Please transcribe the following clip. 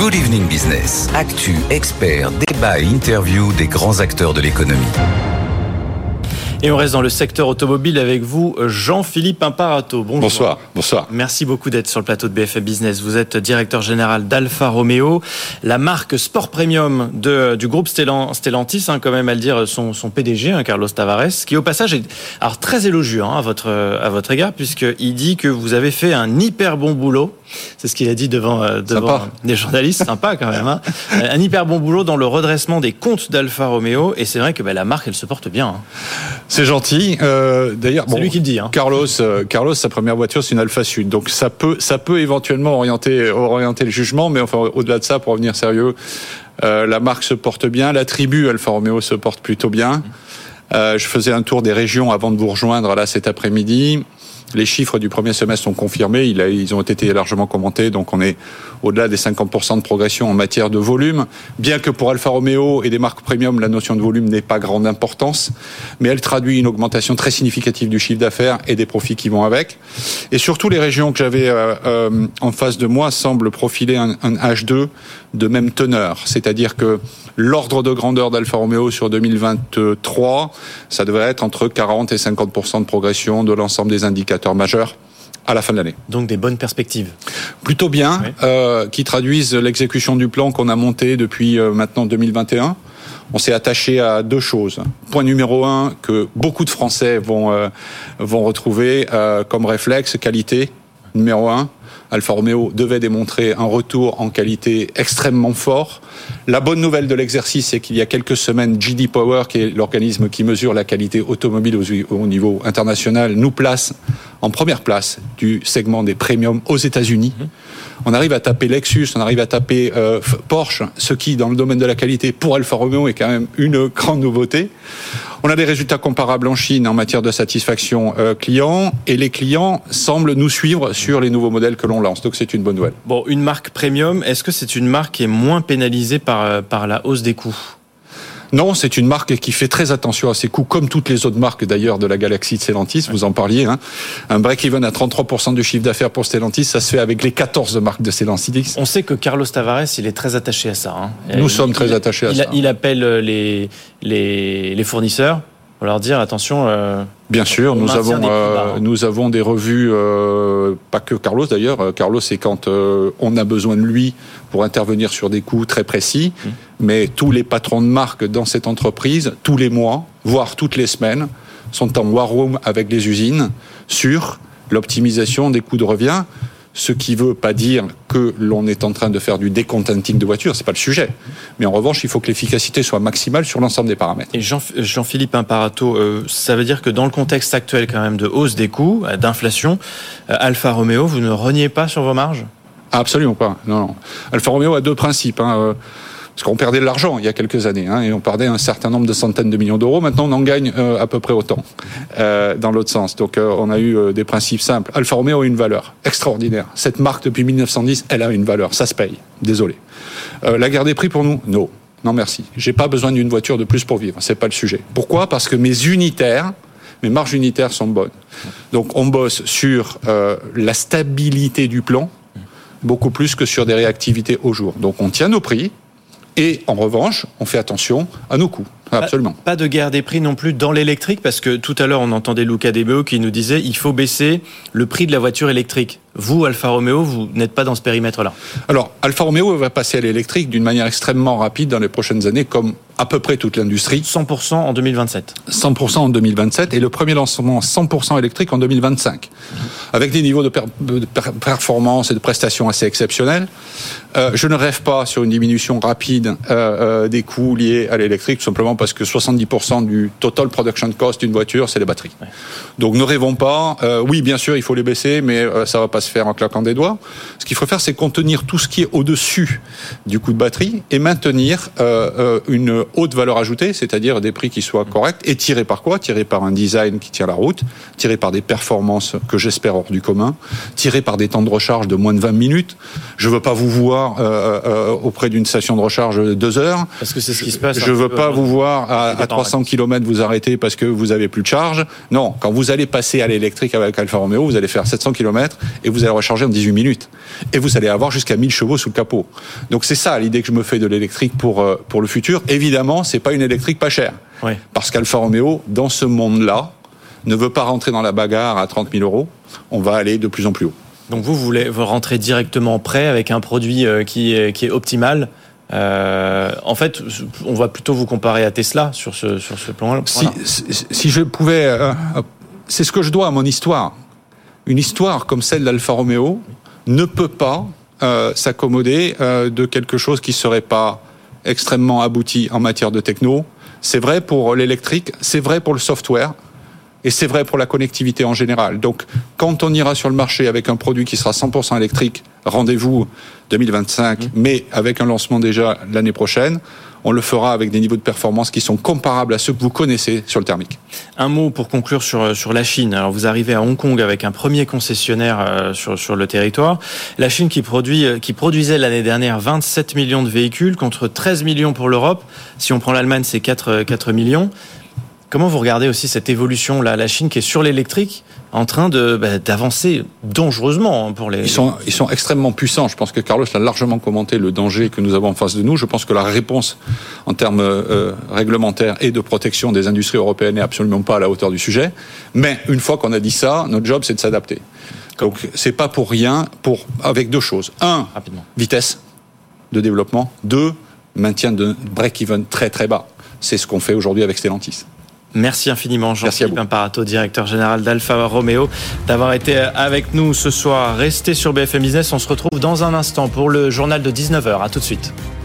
Good Evening Business. Actu, experts, débat et interview des grands acteurs de l'économie. Et on reste dans le secteur automobile avec vous, Jean-Philippe Imparato. Bonjour. Bonsoir. Merci beaucoup d'être sur le plateau de BFM Business. Vous êtes directeur général d'Alfa Romeo, la marque sport premium du groupe Stellantis, quand même à le dire, son PDG, Carlos Tavares, qui au passage est très élogieux à votre égard, puisqu'il dit que vous avez fait un hyper bon boulot. C'est ce qu'il a dit devant des journalistes. Sympa quand même. Un hyper bon boulot dans le redressement des comptes d'Alfa Romeo. Et c'est vrai que la marque, elle se porte bien. C'est gentil. D'ailleurs, c'est lui qui le dit. Carlos, sa première voiture, c'est une Alfa Sud. Donc ça peut éventuellement orienter le jugement. Mais enfin, au-delà de ça, pour revenir sérieux, la marque se porte bien. La tribu Alfa Romeo se porte plutôt bien. Je faisais un tour des régions avant de vous rejoindre là cet après-midi. Les chiffres du premier semestre sont confirmés, ils ont été largement commentés, donc on est au-delà des 50% de progression en matière de volume. Bien que pour Alfa Romeo et des marques premium, la notion de volume n'ait pas grande importance, mais elle traduit une augmentation très significative du chiffre d'affaires et des profits qui vont avec. Et surtout, les régions que j'avais en face de moi semblent profiler un H2 de même teneur, c'est-à-dire que l'ordre de grandeur d'Alfa Romeo sur 2023, ça devrait être entre 40 et 50% de progression de l'ensemble des indicateurs majeurs à la fin de l'année. Donc des bonnes perspectives. Plutôt bien, oui. Qui traduisent l'exécution du plan qu'on a monté depuis maintenant 2021. On s'est attaché à deux choses. Point numéro 1, que beaucoup de Français vont retrouver comme réflexe, qualité. Numéro 1. Alfa Romeo devait démontrer un retour en qualité extrêmement fort. La bonne nouvelle de l'exercice, c'est qu'il y a quelques semaines, J.D. Power, qui est l'organisme qui mesure la qualité automobile au niveau international, nous place en première place du segment des premiums aux États-Unis. On arrive à taper Lexus, on arrive à taper Porsche, ce qui, dans le domaine de la qualité, pour Alfa Romeo, est quand même une grande nouveauté. On a des résultats comparables en Chine en matière de satisfaction client, et les clients semblent nous suivre sur les nouveaux modèles que l'on lance. Donc c'est une bonne nouvelle. Bon, une marque premium, est-ce que c'est une marque qui est moins pénalisée par la hausse des coûts ? Non, c'est une marque qui fait très attention à ses coûts, comme toutes les autres marques d'ailleurs de la galaxie de Stellantis, vous en parliez. Un break-even à 33% du chiffre d'affaires pour Stellantis, ça se fait avec les 14 marques de Stellantis. On sait que Carlos Tavares, il est très attaché à ça. Nous sommes très attachés à ça. Il appelle les fournisseurs pour leur dire attention. Bien sûr, nous avons des revues, pas que Carlos d'ailleurs. Carlos, c'est quand on a besoin de lui pour intervenir sur des coûts très précis. Mais tous les patrons de marque dans cette entreprise, tous les mois, voire toutes les semaines, sont en war room avec les usines sur l'optimisation des coûts de revient. Ce qui veut pas dire que l'on est en train de faire du décontenting de voitures, c'est pas le sujet. Mais en revanche, il faut que l'efficacité soit maximale sur l'ensemble des paramètres. Et Jean-Philippe Imparato, ça veut dire que dans le contexte actuel quand même de hausse des coûts, d'inflation, Alfa Romeo, vous ne reniez pas sur vos marges ? Absolument pas. Non. Alfa Romeo a deux principes. Parce qu'on perdait de l'argent il y a quelques années, et on perdait un certain nombre de centaines de millions d'euros. Maintenant, on en gagne à peu près autant, dans l'autre sens. Donc, on a eu des principes simples. Alfa Romeo a une valeur extraordinaire. Cette marque, depuis 1910, elle a une valeur. Ça se paye. Désolé. La guerre des prix pour nous, non. Non, merci. J'ai pas besoin d'une voiture de plus pour vivre. C'est pas le sujet. Pourquoi ? Parce que mes marges unitaires sont bonnes. Donc, on bosse sur la stabilité du plan, beaucoup plus que sur des réactivités au jour. Donc, on tient nos prix. Et en revanche, on fait attention à nos coûts. Absolument. Pas de guerre des prix non plus dans l'électrique, parce que tout à l'heure, on entendait Luca De Beo qui nous disait il faut baisser le prix de la voiture électrique. Vous, Alfa Romeo, vous n'êtes pas dans ce périmètre-là. Alors, Alfa Romeo va passer à l'électrique d'une manière extrêmement rapide dans les prochaines années, comme à peu près toute l'industrie. 100% en 2027. 100% en 2027 et le premier lancement 100% électrique en 2025. Avec des niveaux de performance et de prestations assez exceptionnels. Je ne rêve pas sur une diminution rapide des coûts liés à l'électrique, tout simplement parce que 70% du total production cost d'une voiture, c'est les batteries. Ouais. Donc ne rêvons pas. Oui, bien sûr, il faut les baisser, mais ça va pas se faire en claquant des doigts. Ce qu'il faut faire, c'est contenir tout ce qui est au-dessus du coût de batterie et maintenir une haute valeur ajoutée, c'est-à-dire des prix qui soient corrects. Et tirés par quoi ? Tirés par un design qui tient la route, tirés par des performances que j'espère hors du commun, tirés par des temps de recharge de moins de 20 minutes. Je veux pas vous voir auprès d'une station de recharge 2 heures. Parce que c'est ce qui se passe. Je veux pas vous voir à 300 km vous arrêter parce que vous avez plus de charge. Non, quand vous allez passer à l'électrique avec Alfa Romeo, vous allez faire 700 km et vous allez recharger en 18 minutes. Et vous allez avoir jusqu'à 1000 chevaux sous le capot. Donc c'est ça l'idée que je me fais de l'électrique pour le futur. Évidemment, c'est pas une électrique pas chère. Oui. Parce qu'Alfa Romeo, dans ce monde-là, ne veut pas rentrer dans la bagarre à 30 000 euros. On va aller de plus en plus haut. Donc vous voulez rentrer directement prêt avec un produit qui est optimal. En fait, on va plutôt vous comparer à Tesla sur ce plan-là. Si je pouvais... c'est ce que je dois à mon histoire. Une histoire comme celle d'Alfa Romeo ne peut pas s'accommoder de quelque chose qui ne serait pas extrêmement abouti en matière de techno. C'est vrai pour l'électrique, c'est vrai pour le software, et c'est vrai pour la connectivité en général. Donc, quand on ira sur le marché avec un produit qui sera 100% électrique, rendez-vous 2025, mais avec un lancement déjà l'année prochaine, on le fera avec des niveaux de performance qui sont comparables à ceux que vous connaissez sur le thermique. Un mot pour conclure sur la Chine. Alors, vous arrivez à Hong Kong avec un premier concessionnaire sur le territoire. La Chine qui produisait l'année dernière 27 millions de véhicules contre 13 millions pour l'Europe. Si on prend l'Allemagne, c'est 4 millions. Comment vous regardez aussi cette évolution là, la Chine qui est sur l'électrique en train d'avancer dangereusement pour les... Ils sont extrêmement puissants. Je pense que Carlos l'a largement commenté, le danger que nous avons en face de nous. Je pense que la réponse en termes réglementaires et de protection des industries européennes n'est absolument pas à la hauteur du sujet. Mais une fois qu'on a dit ça, notre job c'est de s'adapter. Donc c'est pas pour rien, avec deux choses. Un, vitesse de développement. Deux, maintien de break-even très très bas. C'est ce qu'on fait aujourd'hui avec Stellantis. Merci infiniment Jean-Philippe Imparato, directeur général d'Alfa Romeo, d'avoir été avec nous ce soir. Restez sur BFM Business, on se retrouve dans un instant pour le journal de 19h. À tout de suite.